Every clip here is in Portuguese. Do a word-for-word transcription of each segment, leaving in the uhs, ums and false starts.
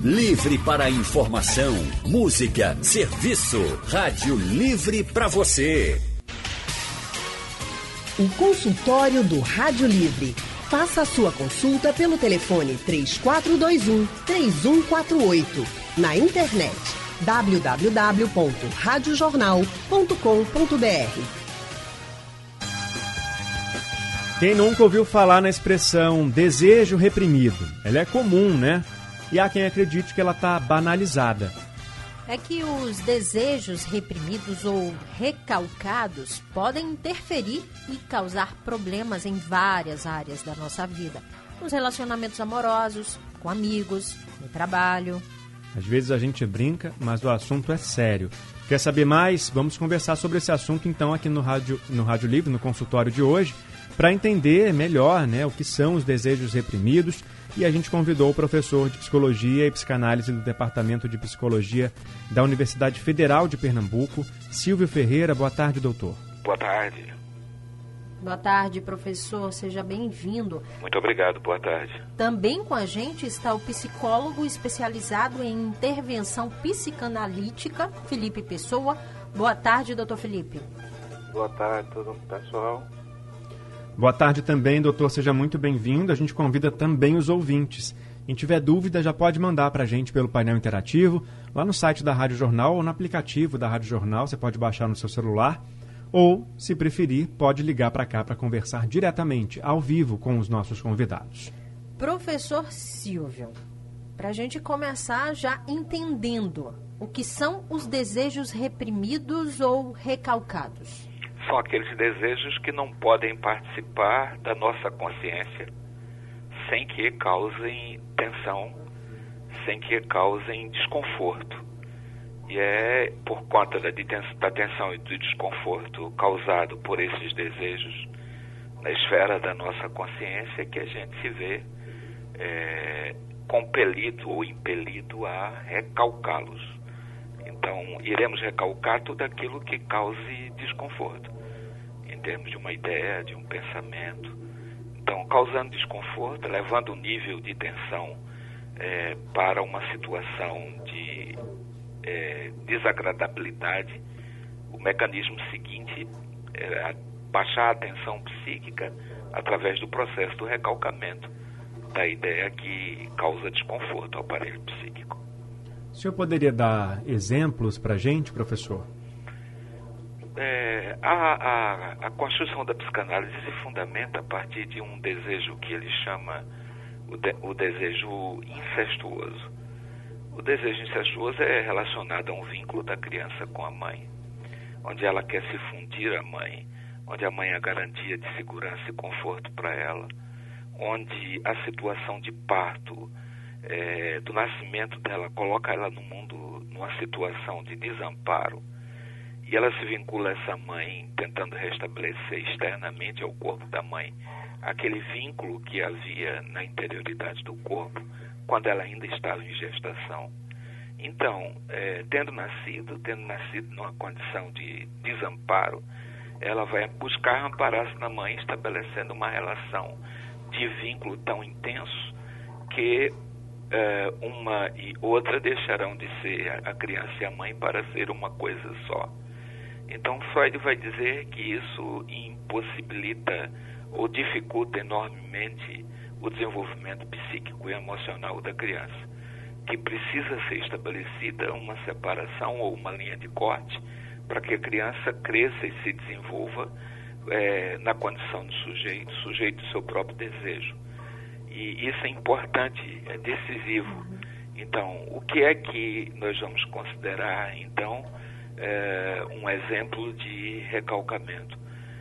Livre para informação, música, serviço. Rádio Livre para você. O consultório do Rádio Livre. Faça a sua consulta pelo telefone três quatro dois um, três um quatro oito. Na internet w w w ponto rádio jornal ponto com ponto b r. Quem nunca ouviu falar na expressão desejo reprimido? Ela é comum, né? E há quem acredite que ela está banalizada. É que os desejos reprimidos ou recalcados podem interferir e causar problemas em várias áreas da nossa vida. Nos relacionamentos amorosos, com amigos, no trabalho. Às vezes a gente brinca, mas o assunto é sério. Quer saber mais? Vamos conversar sobre esse assunto então aqui no Rádio, no Rádio Livre, no consultório de hoje, para entender melhor, né, o que são os desejos reprimidos. E a gente convidou o professor de Psicologia e Psicanálise do Departamento de Psicologia da Universidade Federal de Pernambuco, Silvio Ferreira. Boa tarde, doutor. Boa tarde. Boa tarde, professor. Seja bem-vindo. Muito obrigado. Boa tarde. Também com a gente está o psicólogo especializado em intervenção psicanalítica, Felipe Pessoa. Boa tarde, doutor Felipe. Boa tarde, todo pessoal. Boa tarde também, doutor. Seja muito bem-vindo. A gente convida também os ouvintes. Quem tiver dúvida já pode mandar para a gente pelo painel interativo, lá no site da Rádio Jornal ou no aplicativo da Rádio Jornal. Você pode baixar no seu celular ou, se preferir, pode ligar para cá para conversar diretamente, ao vivo, com os nossos convidados. Professor Silvio, para a gente começar já entendendo o que são os desejos reprimidos ou recalcados. São aqueles desejos que não podem participar da nossa consciência sem que causem tensão, sem que causem desconforto. E é por conta da, da tensão e do desconforto causado por esses desejos na esfera da nossa consciência que a gente se vê é, compelido ou impelido a recalcá-los. Então, iremos recalcar tudo aquilo que cause desconforto, em termos de uma ideia, de um pensamento. Então, causando desconforto, levando o nível de tensão é, para uma situação de é, desagradabilidade, o mecanismo seguinte é baixar a tensão psíquica através do processo do recalcamento da ideia que causa desconforto ao aparelho psíquico. O senhor poderia dar exemplos para a gente, professor? É, a, a, a construção da psicanálise se fundamenta a partir de um desejo que ele chama o, de, o desejo incestuoso. O desejo incestuoso é relacionado a um vínculo da criança com a mãe, onde ela quer se fundir à mãe, onde a mãe é a garantia de segurança e conforto para ela, onde a situação de parto, É, do nascimento dela, coloca ela no mundo numa situação de desamparo, e ela se vincula a essa mãe tentando restabelecer externamente ao corpo da mãe aquele vínculo que havia na interioridade do corpo quando ela ainda estava em gestação. Então, é, tendo nascido, tendo nascido numa condição de desamparo, ela vai buscar amparar-se na mãe, estabelecendo uma relação de vínculo tão intenso que Uh, uma e outra deixarão de ser a criança e a mãe para ser uma coisa só. Então Freud vai dizer que isso impossibilita ou dificulta enormemente o desenvolvimento psíquico e emocional da criança, que precisa ser estabelecida uma separação ou uma linha de corte para que a criança cresça e se desenvolva é, na condição de sujeito, sujeito do seu próprio desejo. E isso é importante, é decisivo. Então, o que é que nós vamos considerar, então, é, um exemplo de recalcamento?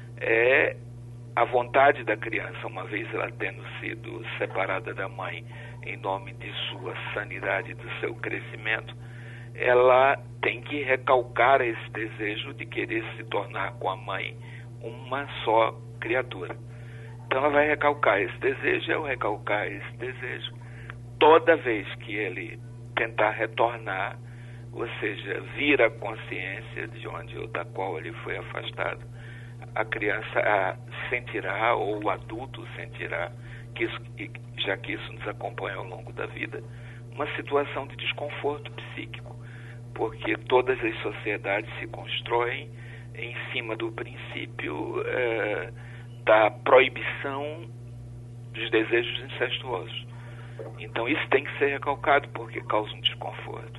É a vontade da criança, uma vez ela tendo sido separada da mãe em nome de sua sanidade, do seu crescimento, ela tem que recalcar esse desejo de querer se tornar com a mãe uma só criatura. Então ela vai recalcar esse desejo, eu recalcar esse desejo, toda vez que ele tentar retornar, ou seja, vir à consciência de onde ou da qual ele foi afastado, a criança a, sentirá, ou o adulto sentirá, que isso, já que isso nos acompanha ao longo da vida, uma situação de desconforto psíquico, porque todas as sociedades se constroem em cima do princípio eh, da proibição dos desejos incestuosos. Então isso tem que ser recalcado, porque causa um desconforto.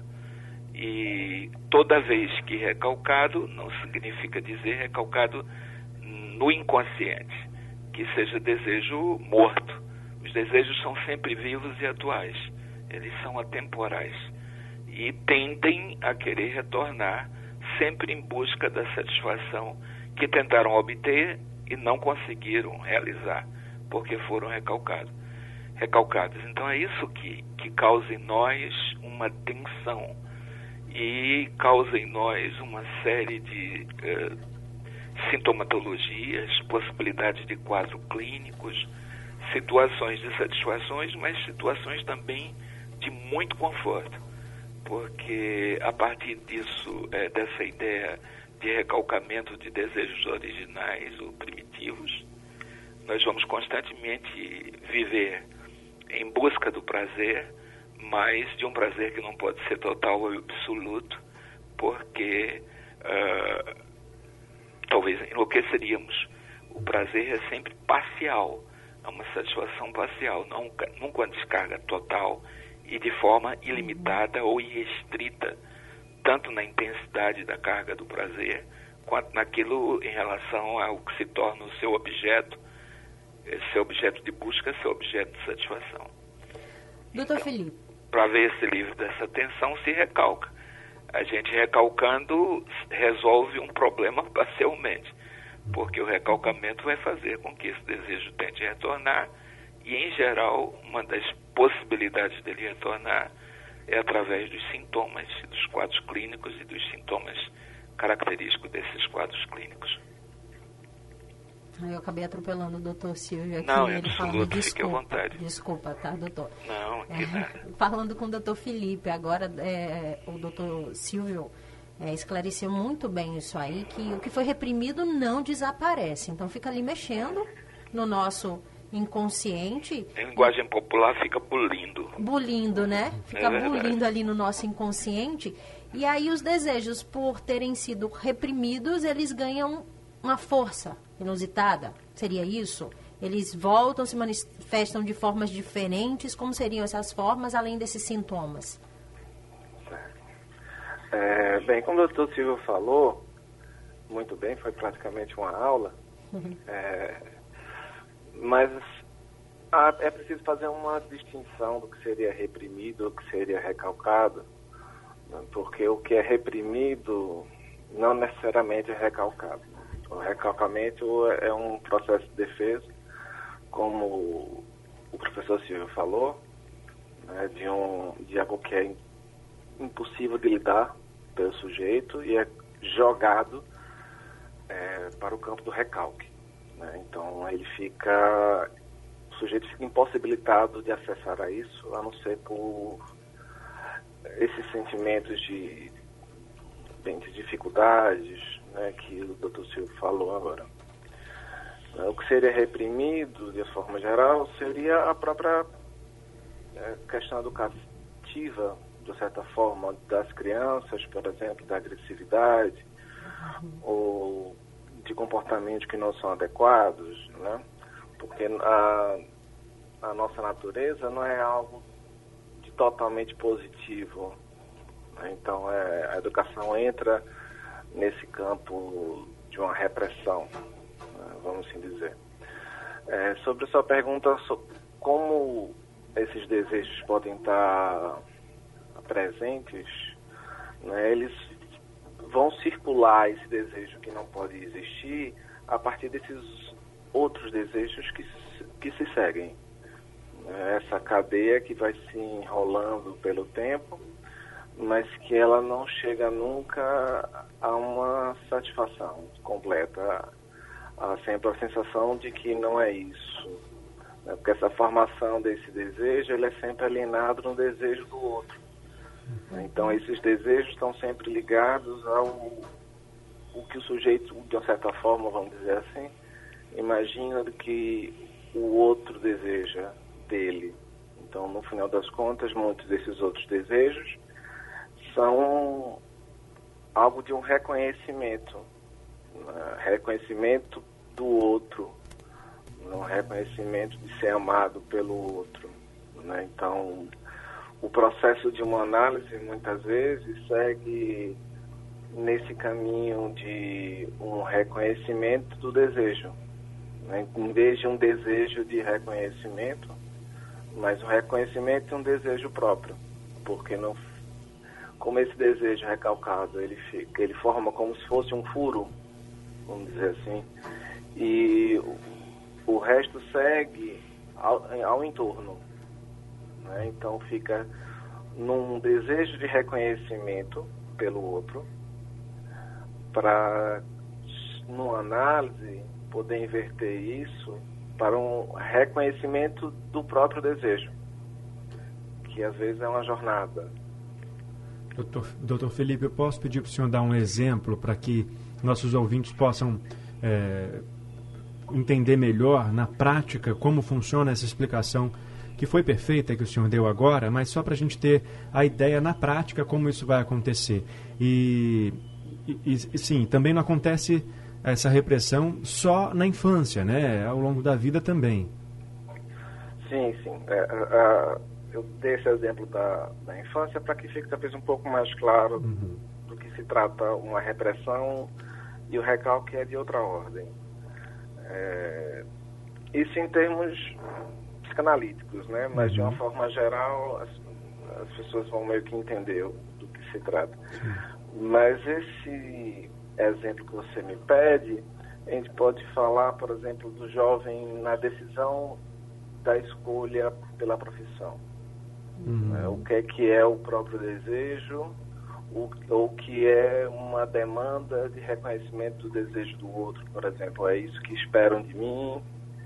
E toda vez que recalcado, não significa dizer recalcado no inconsciente, que seja desejo morto. Os desejos são sempre vivos e atuais. Eles são atemporais. E tendem a querer retornar sempre em busca da satisfação que tentaram obter e não conseguiram realizar, porque foram recalcados. recalcados. Então é isso que, que causa em nós uma tensão e causa em nós uma série de uh, sintomatologias, possibilidades de quadros clínicos, situações de satisfações, mas situações também de muito conforto, porque a partir disso, é, dessa ideia de recalcamento de desejos originais ou primitivos, nós vamos constantemente viver em busca do prazer, mas de um prazer que não pode ser total ou absoluto, porque uh, talvez enlouqueceríamos. O prazer é sempre parcial, é uma satisfação parcial, nunca, nunca uma descarga total e de forma ilimitada ou irrestrita, tanto na intensidade da carga do prazer, quanto naquilo em relação ao que se torna o seu objeto, seu objeto de busca, seu objeto de satisfação. Doutor então, Felipe. Para ver esse livre dessa tensão, se recalca. A gente recalcando resolve um problema parcialmente, porque o recalcamento vai fazer com que esse desejo tente retornar e, em geral, uma das possibilidades dele retornar é através dos sintomas, dos quadros clínicos e dos sintomas característicos desses quadros clínicos. Eu acabei atropelando o doutor Silvio aqui. Não, é ele absoluto, falando, fique desculpa, à vontade. Desculpa, tá, doutor? Não, que nada. É, falando com o doutor Felipe, agora é, o doutor Silvio é, esclareceu muito bem isso aí, que o que foi reprimido não desaparece. Então fica ali mexendo no nosso inconsciente. Em linguagem popular fica bulindo. Bulindo, né? Fica É bulindo ali no nosso inconsciente. E aí os desejos, por terem sido reprimidos, eles ganham uma força inusitada. Seria isso? Eles voltam, se manifestam de formas diferentes. Como seriam essas formas, além desses sintomas? É, bem, como o doutor Silvio falou, muito bem, foi praticamente uma aula, Uhum. é, mas ah, é preciso fazer uma distinção do que seria reprimido, do que seria recalcado, né, porque o que é reprimido não necessariamente é recalcado. O recalcamento é um processo de defesa, como o professor Silvio falou, né, de, um, de algo que é impossível de lidar pelo sujeito e é jogado é, para o campo do recalque. Né? Então ele fica, o sujeito fica impossibilitado de acessar a isso, a não ser por esses sentimentos de, bem, de dificuldades, né, que o doutor Silvio falou agora. O que seria reprimido, de forma geral, seria a própria é, questão educativa, de certa forma, das crianças, por exemplo, da agressividade, uhum. ou de comportamentos que não são adequados, né? Porque a, a nossa natureza não é algo de totalmente positivo. Né? Então, é, a educação entra nesse campo de uma repressão, né? Vamos assim dizer. É, sobre a sua pergunta, sobre como esses desejos podem estar presentes, né, eles vão circular esse desejo que não pode existir a partir desses outros desejos que, que se seguem. Essa cadeia que vai se enrolando pelo tempo, mas que ela não chega nunca a uma satisfação completa. Há sempre a sensação de que não é isso. Né? Porque essa formação desse desejo, ele é sempre alienado no desejo do outro. Então, esses desejos estão sempre ligados ao o que o sujeito, de uma certa forma, vamos dizer assim, imagina que o outro deseja dele. Então, no final das contas, muitos desses outros desejos são algo de um reconhecimento, né? Reconhecimento do outro, um reconhecimento de ser amado pelo outro, né? Então, o processo de uma análise, muitas vezes, segue nesse caminho de um reconhecimento do desejo, né? Em vez de um desejo de reconhecimento, mas um reconhecimento e um desejo próprio, porque não, como esse desejo recalcado, ele, fica, ele forma como se fosse um furo, vamos dizer assim, e o, o resto segue ao, ao entorno, né? Então fica num desejo de reconhecimento pelo outro, para, numa análise, poder inverter isso para um reconhecimento do próprio desejo, que às vezes é uma jornada. Doutor, doutor Felipe, eu posso pedir para o senhor dar um exemplo para que nossos ouvintes possam é, entender melhor, na prática, como funciona essa explicação que foi perfeita, que o senhor deu agora, mas só para a gente ter a ideia na prática como isso vai acontecer. E, e, e sim, também não acontece essa repressão só na infância, né? Ao longo da vida também. Sim, sim. É, é, eu dei esse exemplo da, da infância para que fique talvez um pouco mais claro uhum. do que se trata uma repressão e o recalque é de outra ordem. É, isso em termos psicanalíticos, né? Mas uhum. de uma forma geral as, as pessoas vão meio que entender do que se trata. Sim. Mas esse exemplo que você me pede, a gente pode falar, por exemplo, do jovem na decisão da escolha pela profissão. Uhum. É, o que é que é o próprio desejo, o, ou que é uma demanda de reconhecimento do desejo do outro, por exemplo. É isso que esperam de mim,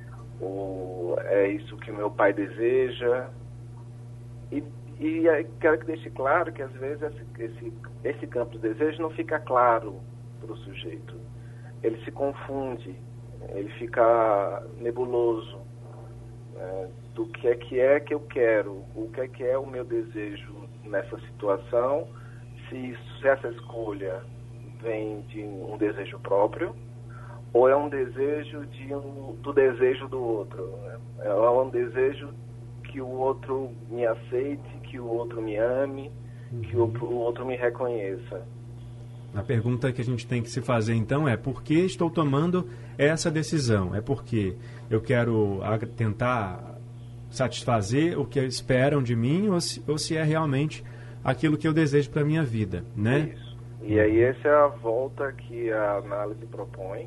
ou é isso que meu pai deseja. E, e quero que deixe claro que às vezes esse, esse, esse campo de desejo não fica claro para o sujeito. Ele se confunde, ele fica nebuloso, né, do que é que é que eu quero, o que é que é o meu desejo nessa situação, se, isso, se essa escolha vem de um desejo próprio ou é um desejo de um, do desejo do outro, né? É um desejo que o outro me aceite, que o outro me ame, uhum. que o, o outro me reconheça. A pergunta que a gente tem que se fazer, então, é por que estou tomando essa decisão? É porque eu quero tentar satisfazer o que esperam de mim ou se, ou se é realmente aquilo que eu desejo para a minha vida, né? Isso. E aí essa é a volta que a análise propõe,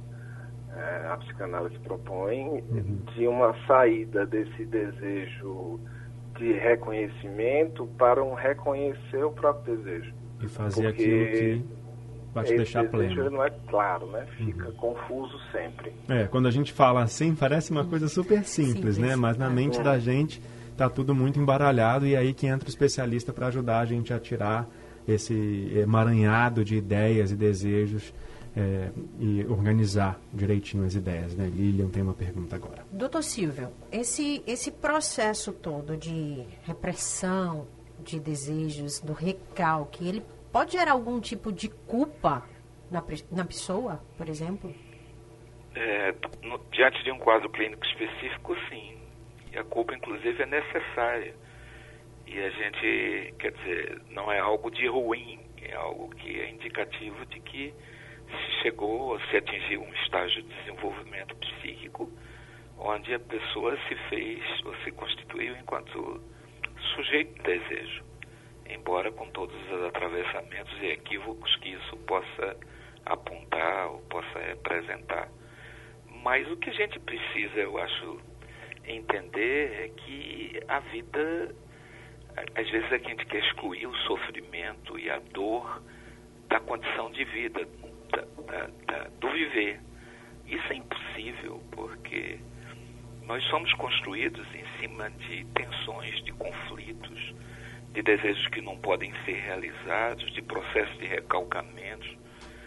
é, a psicanálise propõe, uhum. de uma saída desse desejo de reconhecimento para um reconhecer o próprio desejo. E fazer Porque aquilo que vai te deixar pleno. Esse não é claro, né? Fica uhum. confuso sempre. É, quando a gente fala assim, parece uma coisa super simples, simples. né? Mas na mente é. da gente tá tudo muito embaralhado e aí que entra o especialista para ajudar a gente a tirar esse emaranhado de ideias e desejos é, e organizar direitinho as ideias, né? Lilian tem uma pergunta agora. Doutor Silvio, esse, esse processo todo de repressão de desejos, do recalque, ele pode gerar algum tipo de culpa na, na pessoa, por exemplo? É, no, diante de um quadro clínico específico, sim. E a culpa, inclusive, é necessária. E a gente, quer dizer, não é algo de ruim, é algo que é indicativo de que se chegou, se atingiu um estágio de desenvolvimento psíquico onde a pessoa se fez ou se constituiu enquanto sujeito de desejo, embora com todos os atravessamentos e equívocos que isso possa apontar ou possa representar. Mas o que a gente precisa, eu acho, entender é que a vida, às vezes a gente quer excluir o sofrimento e a dor da condição de vida, da, da, da, do viver. Isso é impossível, porque nós somos construídos em cima de tensões, de conflitos, de desejos que não podem ser realizados, de processos de recalcamentos.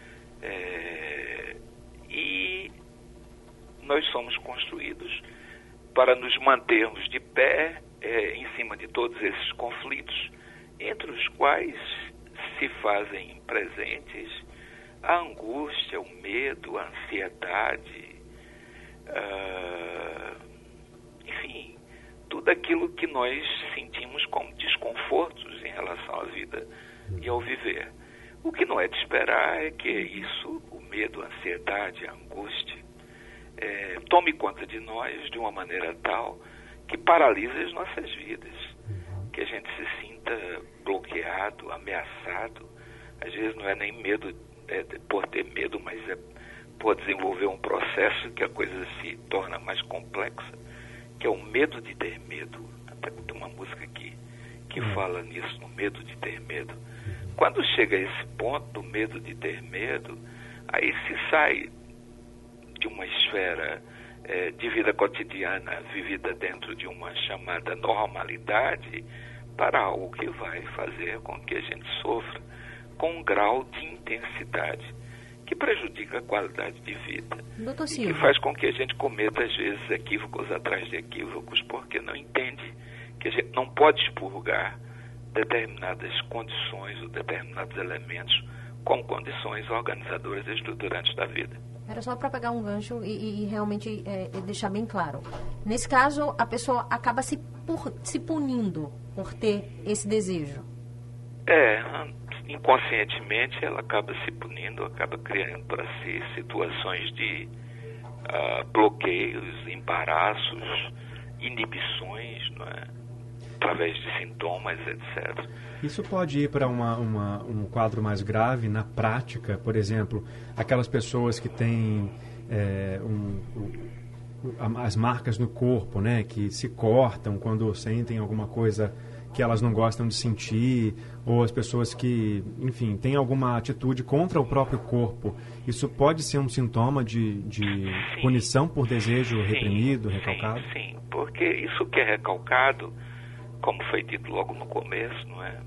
É, e nós somos construídos para nos mantermos de pé é, em cima de todos esses conflitos, entre os quais se fazem presentes a angústia, o medo, a ansiedade, uh, enfim, tudo aquilo que nós sentimos como desconfortos em relação à vida e ao viver. O que não é de esperar é que isso, o medo, a ansiedade, a angústia, é, tome conta de nós de uma maneira tal que paralise as nossas vidas, que a gente se sinta bloqueado, ameaçado. Às vezes não é nem medo é, por ter medo, mas é por desenvolver um processo que a coisa se torna mais complexa, que é o medo de ter medo. Até tem uma música que, que fala nisso, no medo de ter medo. Quando chega a esse ponto do medo de ter medo, aí se sai de uma esfera é, de vida cotidiana vivida dentro de uma chamada normalidade para algo que vai fazer com que a gente sofra com um grau de intensidade que prejudica a qualidade de vida. Doutor E Silva. que faz com que a gente cometa, às vezes, equívocos atrás de equívocos, porque não entende que a gente não pode expurgar determinadas condições ou determinados elementos como condições organizadoras e estruturantes da vida. Era só para pegar um gancho e, e realmente é, deixar bem claro. Nesse caso, a pessoa acaba se, por, se punindo por ter esse desejo. É, inconscientemente ela acaba se punindo, acaba criando para si situações de uh, bloqueios, embaraços, inibições, não é? Através de sintomas, etcétera. Isso pode ir para uma, uma, um quadro mais grave na prática, por exemplo, aquelas pessoas que têm é, um, um, as marcas no corpo, né, que se cortam quando sentem alguma coisa que elas não gostam de sentir, ou as pessoas que, enfim, têm alguma atitude contra o próprio corpo. Isso pode ser um sintoma de, de punição por desejo sim, reprimido, sim, recalcado? Sim, porque isso que é recalcado, como foi dito logo no começo, não é?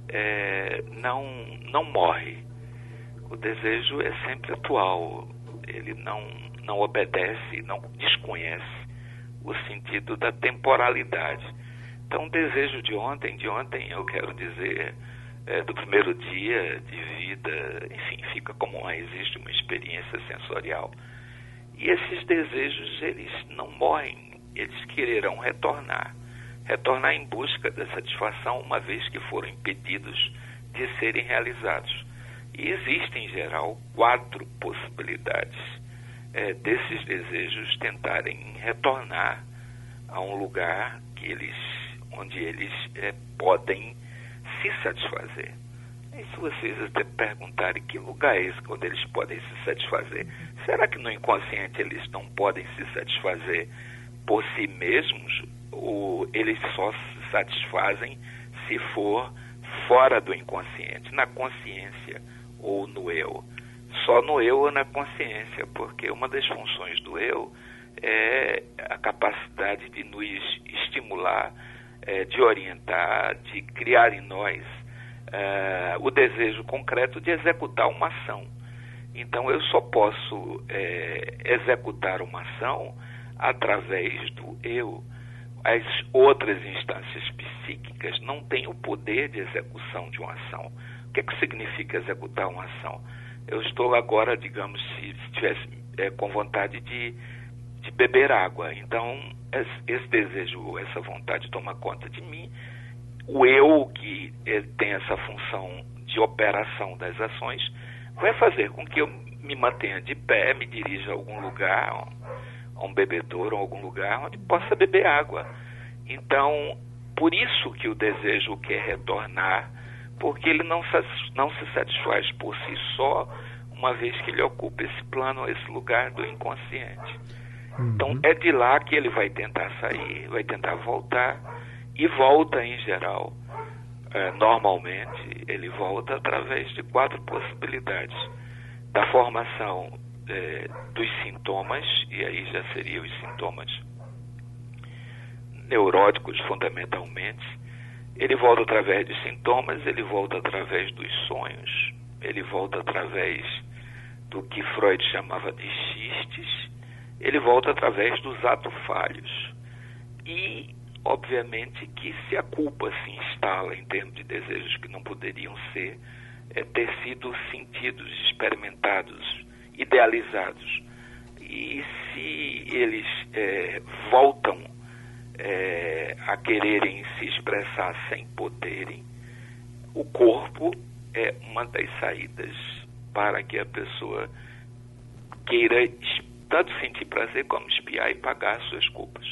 É, não, não morre. O desejo é sempre atual. Ele não, não obedece, não desconhece o sentido da temporalidade. Então, o desejo de ontem, de ontem eu quero dizer, é, do primeiro dia de vida, enfim, fica como uma, existe uma experiência sensorial. E esses desejos, eles não morrem, eles quererão retornar. Retornar em busca da satisfação, uma vez que foram impedidos de serem realizados. E existem, em geral, quatro possibilidades é, desses desejos tentarem retornar a um lugar que eles, onde eles é, podem se satisfazer. E se vocês até perguntarem que lugar é esse onde eles podem se satisfazer, será que no inconsciente eles não podem se satisfazer por si mesmos? Ou eles só se satisfazem se for fora do inconsciente, na consciência ou no eu? Só no eu ou na consciência, porque uma das funções do eu é a capacidade de nos estimular, é, de orientar, de criar em nós é, o desejo concreto de executar uma ação. Então eu só posso é, executar uma ação através do eu. As outras instâncias psíquicas não têm o poder de execução de uma ação. O que é que significa executar uma ação? Eu estou agora, digamos, se estivesse é, com vontade de, de beber água. Então, esse, esse desejo, essa vontade toma conta de mim. O eu, que é, tem essa função de operação das ações, vai fazer com que eu me mantenha de pé, me dirija a algum lugar, a um bebedouro, a algum lugar onde possa beber água. Então, por isso que o desejo quer retornar, porque ele não, não se satisfaz por si só, uma vez que ele ocupa esse plano, esse lugar do inconsciente. Uhum. Então, é de lá que ele vai tentar sair, vai tentar voltar, e volta em geral. É, normalmente, ele volta através de quatro possibilidades. Da formação É, dos sintomas, e aí já seriam os sintomas neuróticos fundamentalmente. Ele volta através dos sintomas, ele volta através dos sonhos, ele volta através do que Freud chamava de xistes, ele volta através dos atos falhos. e, obviamente, que se a culpa se instala em termos de desejos que não poderiam ser, é, ter sido sentidos, experimentados, idealizados, e se eles é, voltam é, a quererem se expressar sem poderem, o corpo é uma das saídas para que a pessoa queira tanto sentir prazer como espiar e pagar as suas culpas.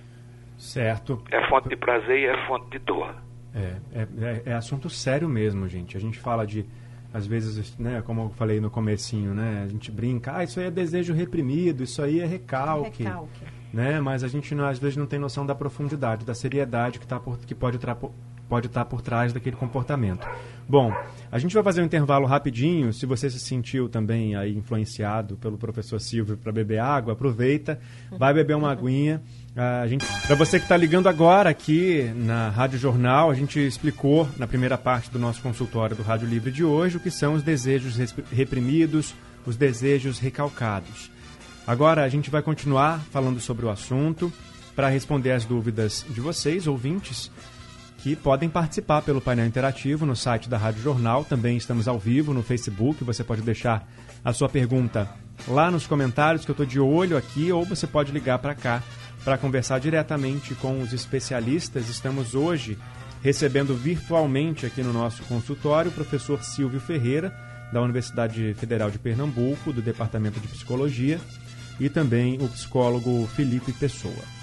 Certo. É fonte de prazer e é fonte de dor. É, é, é assunto sério mesmo, gente. A gente fala de, às vezes, né, como eu falei no comecinho, né, a gente brinca, ah, isso aí é desejo reprimido, isso aí é recalque. Recalque. Né, mas a gente, às vezes, não tem noção da profundidade, da seriedade que, tá por, que pode estar pode estar por trás daquele comportamento. Bom, a gente vai fazer um intervalo rapidinho. Se você se sentiu também aí influenciado pelo professor Silvio para beber água, aproveita, vai beber uma aguinha. A gente, para você que está ligando agora aqui na Rádio Jornal, a gente explicou na primeira parte do nosso consultório do Rádio Livre de hoje o que são os desejos reprimidos, os desejos recalcados. Agora a gente vai continuar falando sobre o assunto para responder as dúvidas de vocês, ouvintes, que podem participar pelo painel interativo no site da Rádio Jornal. Também estamos ao vivo no Facebook. Você pode deixar a sua pergunta lá nos comentários, que eu estou de olho aqui, ou você pode ligar para cá para conversar diretamente com os especialistas. Estamos hoje recebendo virtualmente aqui no nosso consultório o professor Silvio Ferreira, da Universidade Federal de Pernambuco, do Departamento de Psicologia, e também o psicólogo Felipe Pessoa.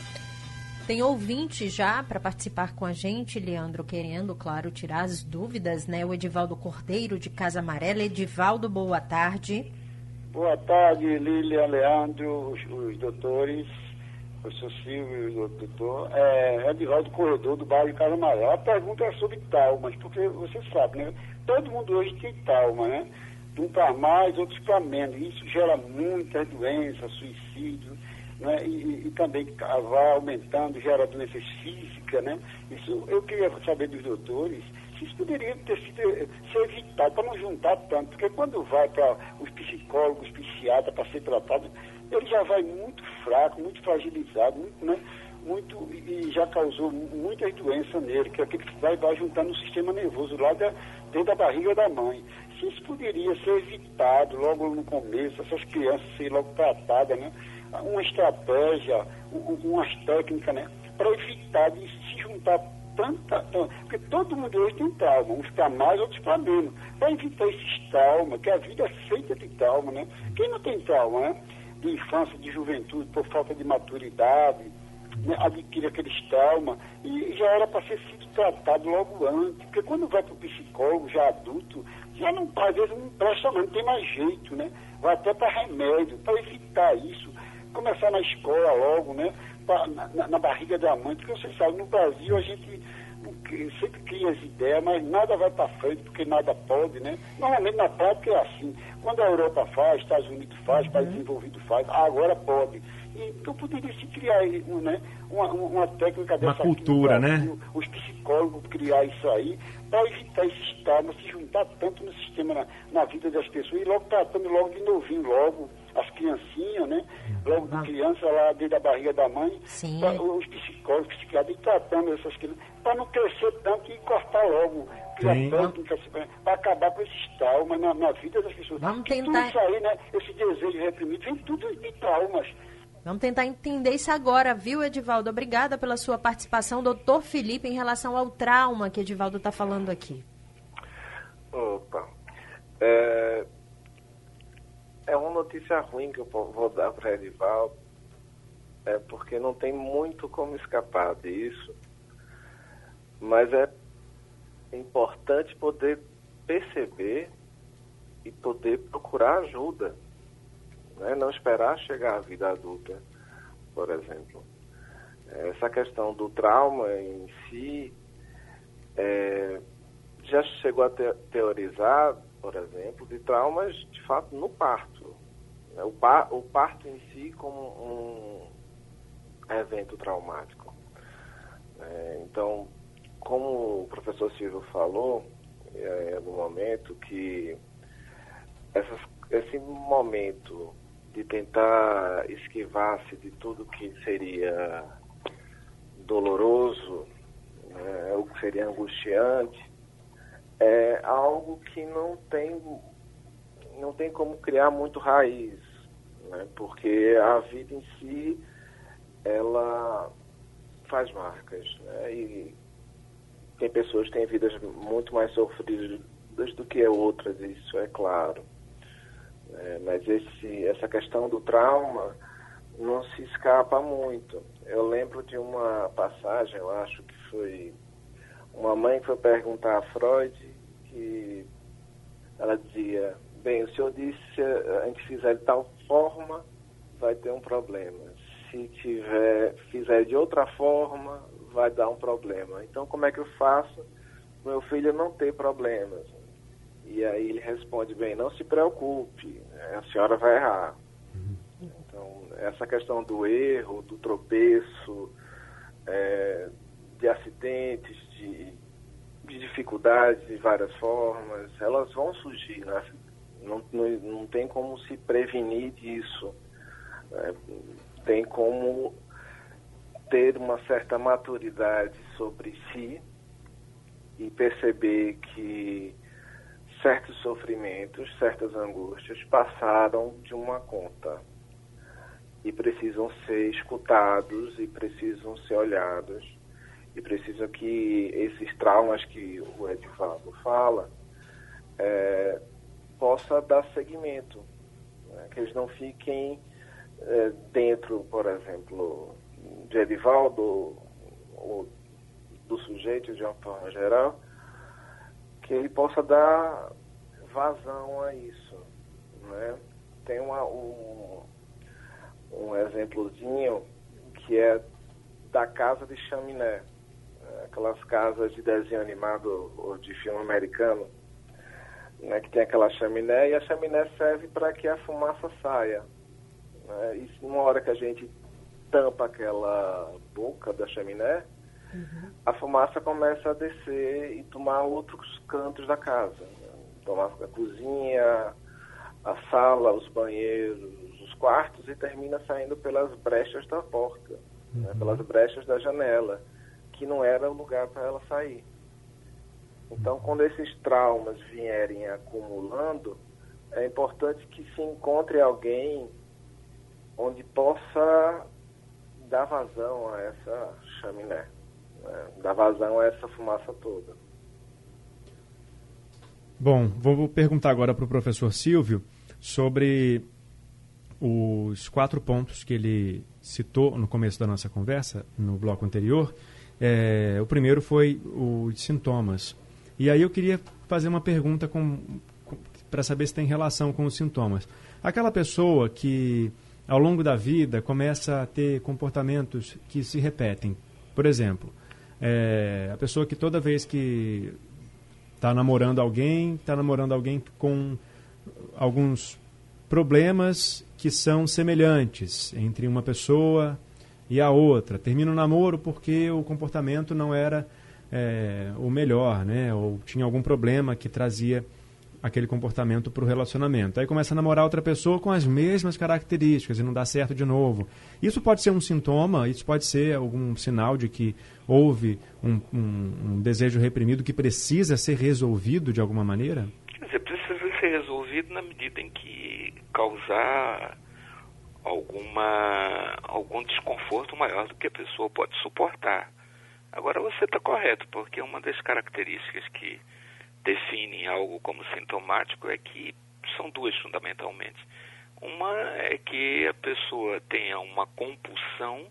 Tem ouvinte já para participar com a gente, Leandro, querendo, claro, tirar as dúvidas, né? O Edivaldo Cordeiro, de Casa Amarela. Edivaldo, boa tarde. Boa tarde, Lília, Leandro, os, os doutores, o professor Silvio e o doutor. É, Edivaldo Corredor, do bairro de Casa Amarela. A pergunta é sobre traumas, porque você sabe, né? Todo mundo hoje tem trauma, né? Um para mais, outros para menos. Isso gera muitas doenças, suicídio, né? E, e também vai aumentando, gera doenças físicas, né? Isso eu queria saber dos doutores se isso poderia ter sido ser evitado, para não juntar tanto, porque quando vai para os psicólogos, os psiquiatras para ser tratado, ele já vai muito fraco, muito fragilizado, muito, né? Muito, e já causou muitas doenças nele, que é aquele que vai, vai juntando o sistema nervoso lá da, dentro da barriga da mãe. Se isso poderia ser evitado logo no começo, essas crianças serem logo tratadas, né? Uma estratégia, umas técnicas, né? Para evitar de se juntar tanta, tanta... Porque todo mundo hoje tem trauma, uns para mais, outros para menos. Para evitar esses traumas, que a vida é feita de trauma, né? Quem não tem trauma, né? De infância, de juventude, por falta de maturidade, né, adquire aqueles traumas, e já era para ser sido tratado logo antes, porque quando vai para o psicólogo, já adulto, já não, às vezes não presta, não tem mais jeito, né? Vai até para remédio, para evitar isso, começar na escola logo, né? Pra, na, na barriga da mãe, porque você sabe, no Brasil a gente sempre cria as ideias, mas nada vai para frente, porque nada pode, né? Normalmente na prática é assim, quando a Europa faz, Estados Unidos faz, uhum. País desenvolvido faz, agora pode. Então poderia se criar né, uma, uma técnica dessa. Uma cultura, aqui, né? Os psicólogos criar isso aí, para evitar esses traumas se juntar tanto no sistema, na, na vida das pessoas, e logo tratando logo de novinho, logo as criancinhas, né? Logo de criança lá dentro da barriga da mãe, pra, os psicólogos, psiquiatras, tratando essas crianças, para não crescer tanto e cortar logo. Para acabar com esses traumas na, na vida das pessoas. Vamos que tentar. Tudo isso aí, né? Esse desejo reprimido, vem tudo de traumas. Vamos tentar entender isso agora, viu, Edivaldo? Obrigada pela sua participação. Doutor Felipe, em relação ao trauma que Edivaldo está falando aqui. Opa. É, é uma notícia ruim que eu vou dar para Edivaldo, é porque não tem muito como escapar disso, mas é importante poder perceber e poder procurar ajuda. Né? Não esperar chegar à vida adulta, por exemplo. Essa questão do trauma em si, é, já chegou a te teorizar, por exemplo, de traumas, de fato, no parto. Né? O, par o parto em si como um evento traumático. É, então, como o professor Silvio falou, é, no momento que essas, esse momento de tentar esquivar-se de tudo que seria doloroso, né, o que seria angustiante, é algo que não tem, não tem como criar muito raiz, né, porque a vida em si, ela faz marcas, né, e tem pessoas que têm vidas muito mais sofridas do que outras, isso é claro. É, mas esse, essa questão do trauma não se escapa muito. Eu lembro de uma passagem, eu acho que foi uma mãe que foi perguntar a Freud, que ela dizia, bem, o senhor disse se a gente fizer de tal forma, vai ter um problema. Se tiver, fizer de outra forma, vai dar um problema. Então, como é que eu faço para meu filho não ter problemas? E aí ele responde, bem, não se preocupe, a senhora vai errar. Então, essa questão do erro, do tropeço, é, de acidentes, de, de dificuldades de várias formas, elas vão surgir, né? Não, não, não tem como se prevenir disso. É, tem como ter uma certa maturidade sobre si e perceber que certos sofrimentos, certas angústias passaram de uma conta e precisam ser escutados e precisam ser olhados e precisam que esses traumas que o Edivaldo fala é, possa dar seguimento, né? Que eles não fiquem é, dentro, por exemplo, de Edivaldo ou do sujeito de uma forma geral, que ele possa dar vazão a isso, né? Tem uma, um, um exemplozinho que é da casa de chaminé, aquelas casas de desenho animado ou de filme americano, né, que tem aquela chaminé e a chaminé serve para que a fumaça saia, né? E numa hora que a gente tampa aquela boca da chaminé, uhum. a fumaça começa a descer e tomar outros cantos da casa, né? Tomar a cozinha, a sala, os banheiros, os quartos e termina saindo pelas brechas da porta, uhum. né? Pelas brechas da janela, que não era o lugar para ela sair. Então, quando esses traumas vierem acumulando, é importante que se encontre alguém onde possa dar vazão a essa chaminé, né? Dar vazão a essa fumaça toda. Bom, vou perguntar agora para o professor Silvio sobre os quatro pontos que ele citou no começo da nossa conversa, no bloco anterior. É, o primeiro foi os sintomas. E aí eu queria fazer uma pergunta com, com, para saber se tem relação com os sintomas. Aquela pessoa que, ao longo da vida, começa a ter comportamentos que se repetem. Por exemplo, é, a pessoa que toda vez que está namorando alguém, está namorando alguém com alguns problemas que são semelhantes entre uma pessoa e a outra. Termina o namoro porque o comportamento não era é, o melhor, né? Ou tinha algum problema que trazia aquele comportamento para o relacionamento. Aí começa a namorar outra pessoa com as mesmas características e não dá certo de novo. Isso pode ser um sintoma, isso pode ser algum sinal de que houve um, um, um desejo reprimido que precisa ser resolvido de alguma maneira? Quer dizer, precisa ser resolvido na medida em que causar alguma, algum desconforto maior do que a pessoa pode suportar. Agora você está correto, porque uma das características que definem algo como sintomático é que são duas fundamentalmente. Uma é que a pessoa tenha uma compulsão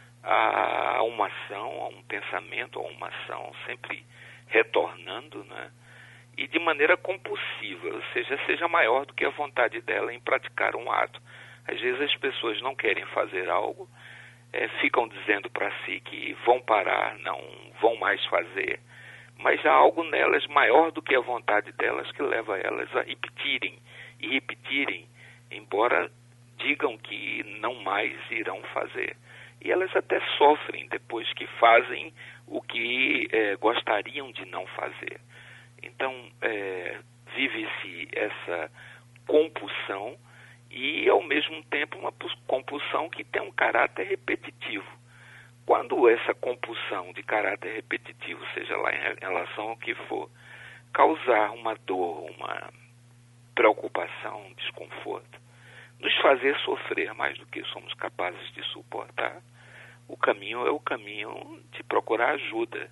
a uma ação, a um pensamento, a uma ação, sempre retornando, né? E de maneira compulsiva, ou seja, seja maior do que a vontade dela em praticar um ato. Às vezes as pessoas não querem fazer algo, é, ficam dizendo para si que vão parar, não vão mais fazer, mas há algo nelas maior do que a vontade delas que leva elas a repetirem e repetirem, embora digam que não mais irão fazer. E elas até sofrem depois que fazem o que é, gostariam de não fazer. Então, é, vive-se essa compulsão e, ao mesmo tempo, uma compulsão que tem um caráter repetitivo. quando essa compulsão de caráter repetitivo, seja lá em relação ao que for, causar uma dor, uma preocupação, um desconforto, nos fazer sofrer mais do que somos capazes de suportar, o caminho é o caminho de procurar ajuda,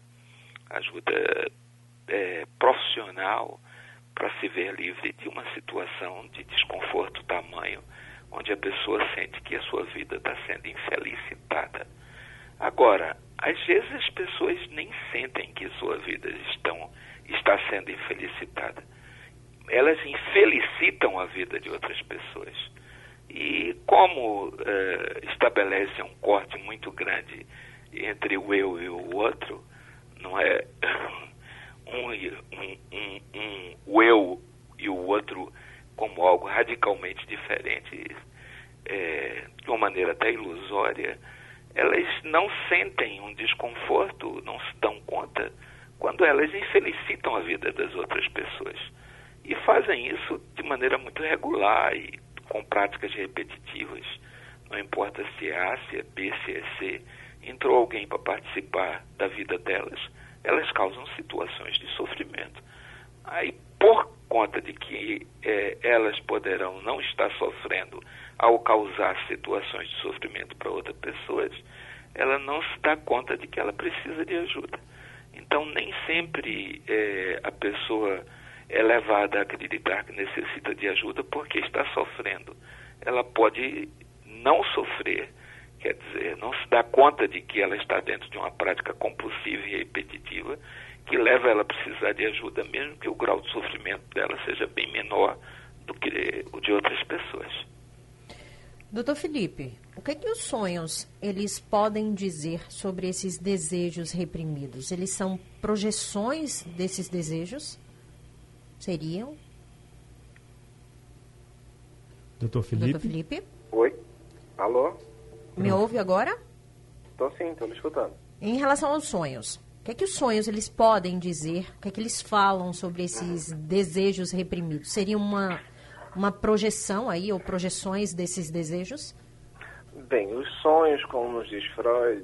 ajuda é, profissional, para se ver livre de uma situação de desconforto tamanho, onde a pessoa sente que a sua vida está sendo infelicitada. Agora, às vezes as pessoas nem sentem que sua vida estão, está sendo infelicitada. Elas infelicitam a vida de outras pessoas. E como uh, estabelece um corte muito grande entre o eu e o outro, não é um, um, um, um, o eu e o outro como algo radicalmente diferente, é, de uma maneira até ilusória, elas não sentem um desconforto, não se dão conta, quando elas infelicitam a vida das outras pessoas. E fazem isso de maneira muito regular e com práticas repetitivas. Não importa se é A, se é B, se é C, entrou alguém para participar da vida delas, elas causam situações de sofrimento. Aí, por conta de que é, elas poderão não estar sofrendo ao causar situações de sofrimento para outras pessoas, ela não se dá conta de que ela precisa de ajuda. Então, nem sempre é, a pessoa é levada a acreditar que necessita de ajuda porque está sofrendo. Ela pode não sofrer, quer dizer, não se dá conta de que ela está dentro de uma prática compulsiva e repetitiva que leva ela a precisar de ajuda, mesmo que o grau de sofrimento dela seja bem menor do que o de outras pessoas. Doutor Felipe, o que é que os sonhos eles podem dizer sobre esses desejos reprimidos? Eles são projeções desses desejos? Seriam? Doutor Felipe? Doutor Felipe? Oi? Alô? Me ouve agora? Estou sim, estou me escutando. Em relação aos sonhos, o que é que os sonhos eles podem dizer? O que é que eles falam sobre esses desejos reprimidos? Seria uma, uma projeção aí, ou projeções desses desejos? Bem, os sonhos, como nos diz Freud,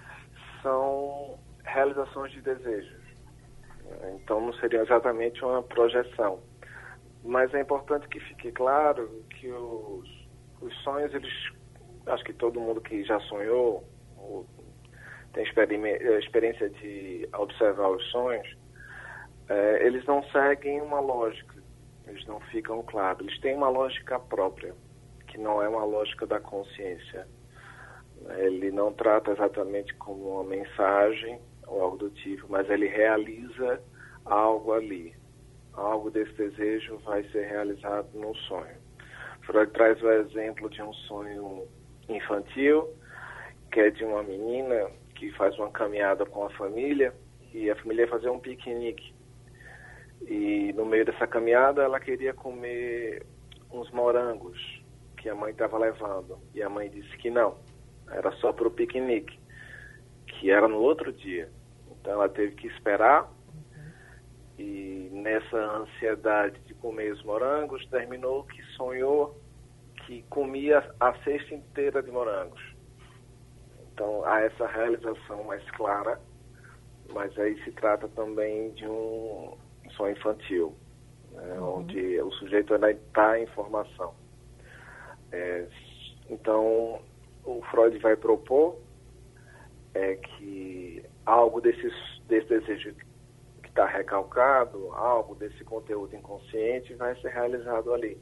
são realizações de desejos. Então não seria exatamente uma projeção. Mas é importante que fique claro que os, os sonhos, eles, acho que todo mundo que já sonhou, ou tem experiência de observar os sonhos, é, eles não seguem uma lógica, eles não ficam claros. Eles têm uma lógica própria, que não é uma lógica da consciência. Ele não trata exatamente como uma mensagem ou algo do tipo, mas ele realiza algo ali. Algo desse desejo vai ser realizado num sonho. Freud traz o exemplo de um sonho infantil, que é de uma menina que faz uma caminhada com a família, e a família ia fazer um piquenique. E no meio dessa caminhada ela queria comer uns morangos que a mãe estava levando. E a mãe disse que não, era só para o piquenique, que era no outro dia. Então ela teve que esperar, e nessa ansiedade de comer os morangos, terminou que sonhou que comia a cesta inteira de morangos. Então há essa realização mais clara, mas aí se trata também de um sonho infantil, né, uhum. onde o sujeito ainda está em formação. É, então o Freud vai propor é que algo desses, desse desejo que está recalcado, algo desse conteúdo inconsciente vai ser realizado ali.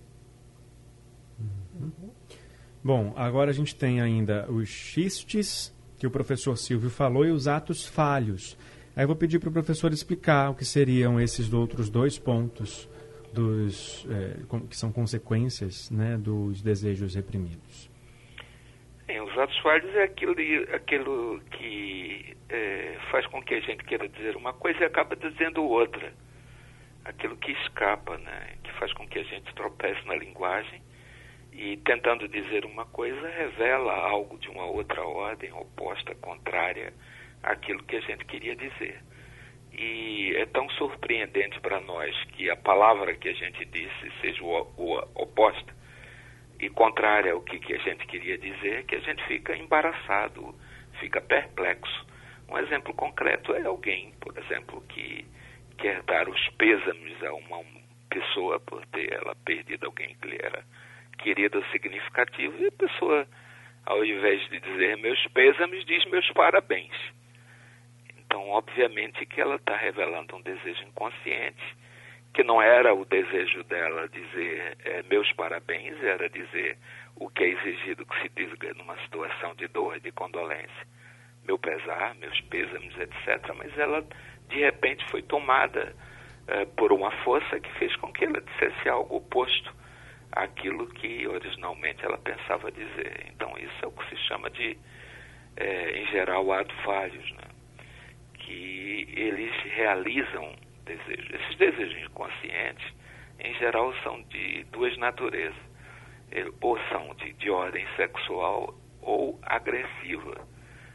Uhum. Bom, agora a gente tem ainda os xistes, que o professor Silvio falou, e os atos falhos. Aí eu vou pedir para o professor explicar o que seriam esses outros dois pontos dos, é, que são consequências, né, dos desejos reprimidos. Bem, os atos falhos é aquilo, aquilo que é, faz com que a gente queira dizer uma coisa e acaba dizendo outra. Aquilo que escapa, né, que faz com que a gente tropece na linguagem e, tentando dizer uma coisa, revela algo de uma outra ordem, oposta, contrária àquilo que a gente queria dizer. E é tão surpreendente para nós que a palavra que a gente disse seja o, o, oposta e contrária ao que, que a gente queria dizer, que a gente fica embaraçado, fica perplexo. Um exemplo concreto é alguém, por exemplo, que quer dar os pêsames a uma pessoa por ter ela perdido alguém que lhe era querido ou significativo, e a pessoa, ao invés de dizer meus pêsames, diz meus parabéns. Então, obviamente que ela está revelando um desejo inconsciente, que não era o desejo dela dizer é, meus parabéns, era dizer o que é exigido que se diga numa situação de dor, de condolência, meu pesar, meus pêsames, etcétera. Mas ela, de repente, foi tomada é, por uma força que fez com que ela dissesse algo oposto àquilo que originalmente ela pensava dizer. Então, isso é o que se chama de, é, em geral, ad fallius, né? Que eles realizam desejos. Esses desejos inconscientes, em geral, são de duas naturezas. Ou são de, de ordem sexual ou agressiva.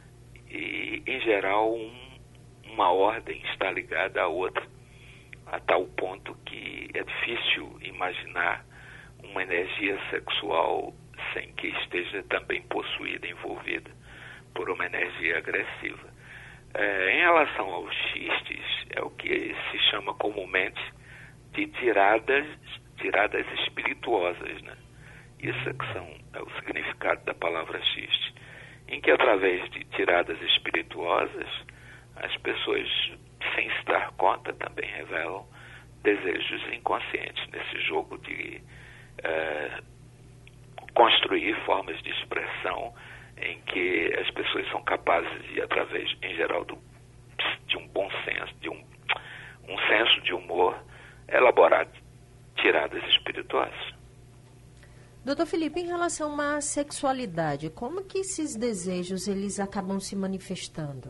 E, em geral, um, uma ordem está ligada à outra, a tal ponto que é difícil imaginar uma energia sexual sem que esteja também possuída, envolvida por uma energia agressiva. É, em relação aos xistes, é o que se chama comumente de tiradas, tiradas espirituosas, né? Isso é que são, é o significado da palavra xiste, em que através de tiradas espirituosas, as pessoas, sem se dar conta, também revelam desejos inconscientes nesse jogo de é, construir formas de expressão em que as pessoas são capazes de, através, em geral, do, de um bom senso, de um, um senso de humor, elaborar tiradas espirituosas. Doutor Felipe, em relação à sexualidade, como que esses desejos eles acabam se manifestando?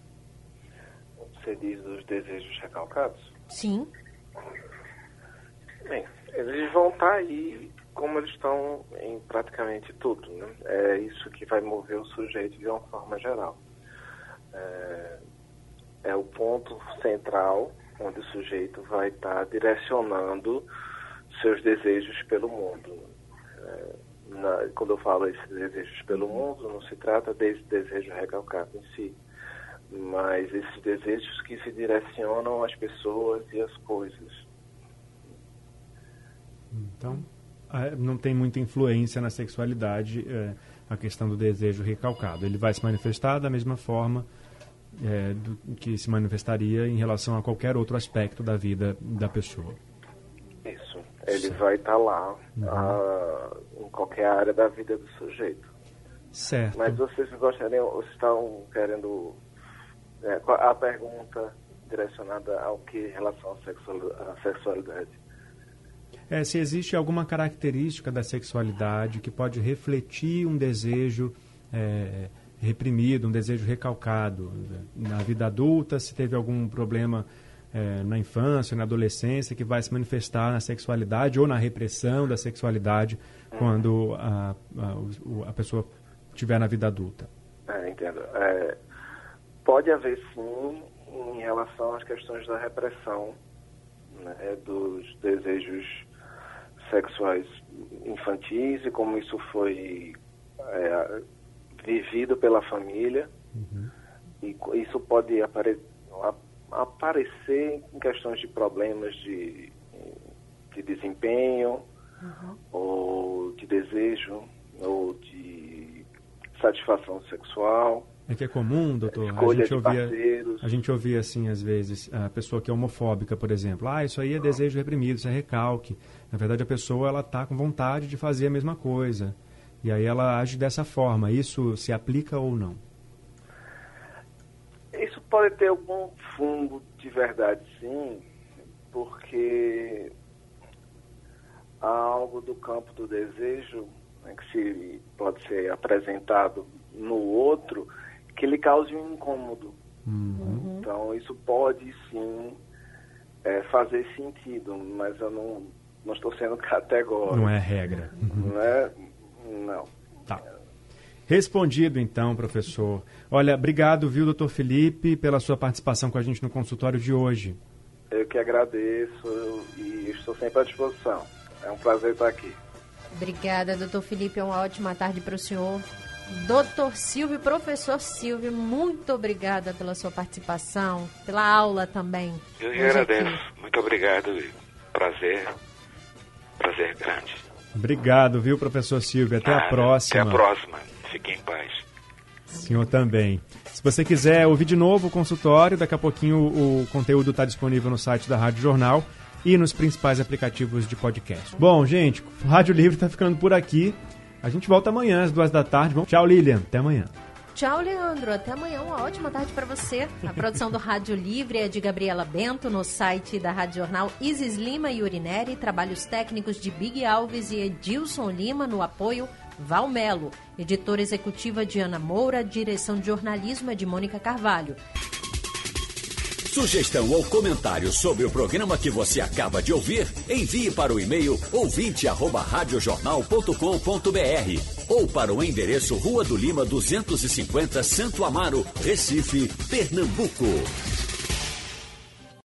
Você diz os desejos recalcados? Sim. Bem, eles vão estar aí como eles estão em praticamente tudo, né? É isso que vai mover o sujeito de uma forma geral. É, é o ponto central onde o sujeito vai estar direcionando seus desejos pelo mundo. É, na, quando eu falo esses desejos pelo mundo, não se trata desse desejo recalcado em si, mas esses desejos que se direcionam às pessoas e às coisas. Então, não tem muita influência na sexualidade é, a questão do desejo recalcado. Ele vai se manifestar da mesma forma é, do que se manifestaria em relação a qualquer outro aspecto da vida da pessoa. Isso. Ele vai estar lá uhum. a, em qualquer área da vida do sujeito. Certo. Mas vocês gostariam, vocês estão querendo... É, a pergunta direcionada ao que em relação à sexualidade? É, se existe alguma característica da sexualidade que pode refletir um desejo é, reprimido, um desejo recalcado. Na vida adulta, se teve algum problema é, na infância, na adolescência, que vai se manifestar na sexualidade ou na repressão da sexualidade hum. quando a, a, a pessoa estiver na vida adulta. É, entendo. É, pode haver, sim, em relação às questões da repressão, né, dos desejos sexuais infantis e como isso foi é, vivido pela família. Uhum. E isso pode apare a aparecer em questões de problemas de, de desempenho, uhum. ou de desejo, ou de satisfação sexual. É que é comum, doutor, Escolha a gente, ouvia, parceiros. a gente ouvia assim, às vezes, a pessoa que é homofóbica, por exemplo, ah, isso aí é desejo reprimido, isso é recalque. Na verdade, a pessoa ela está com vontade de fazer a mesma coisa. E aí ela age dessa forma. Isso se aplica ou não? Isso pode ter algum fundo de verdade, sim, porque há algo do campo do desejo, né, que se pode ser apresentado no outro, que lhe cause um incômodo. Uhum. Então, isso pode, sim, é, fazer sentido, mas eu não, não estou sendo categórico. Não é regra. Não é? Não. Tá. Respondido, então, professor. Olha, obrigado, viu, doutor Felipe, pela sua participação com a gente no consultório de hoje. Eu que agradeço e estou sempre à disposição. É um prazer estar aqui. Obrigada, doutor Felipe. Uma ótima tarde para o senhor. Doutor Silvio, professor Silvio, muito obrigada pela sua participação, pela aula também. Eu que agradeço. Aqui. Muito obrigado. Prazer. Prazer grande. Obrigado, viu, professor Silvio? Até Nada, a próxima. Até a próxima. Fique em paz. Senhor também. Se você quiser ouvir de novo o consultório, daqui a pouquinho o conteúdo está disponível no site da Rádio Jornal e nos principais aplicativos de podcast. Bom, gente, o Rádio Livre está ficando por aqui. A gente volta amanhã às duas da tarde. Bom, tchau, Lilian. Até amanhã. Tchau, Leandro. Até amanhã. Uma ótima tarde para você. A produção do Rádio Livre é de Gabriela Bento, no site da Rádio Jornal Isis Lima e Urineri. Trabalhos técnicos de Big Alves e Edilson Lima, no apoio Val Melo. Editora executiva Diana Moura. Direção de jornalismo é de Mônica Carvalho. Sugestão ou comentário sobre o programa que você acaba de ouvir, envie para o e-mail ouvinte arroba radiojornal ponto com ponto br ou para o endereço Rua do Lima duzentos e cinquenta, Santo Amaro, Recife, Pernambuco.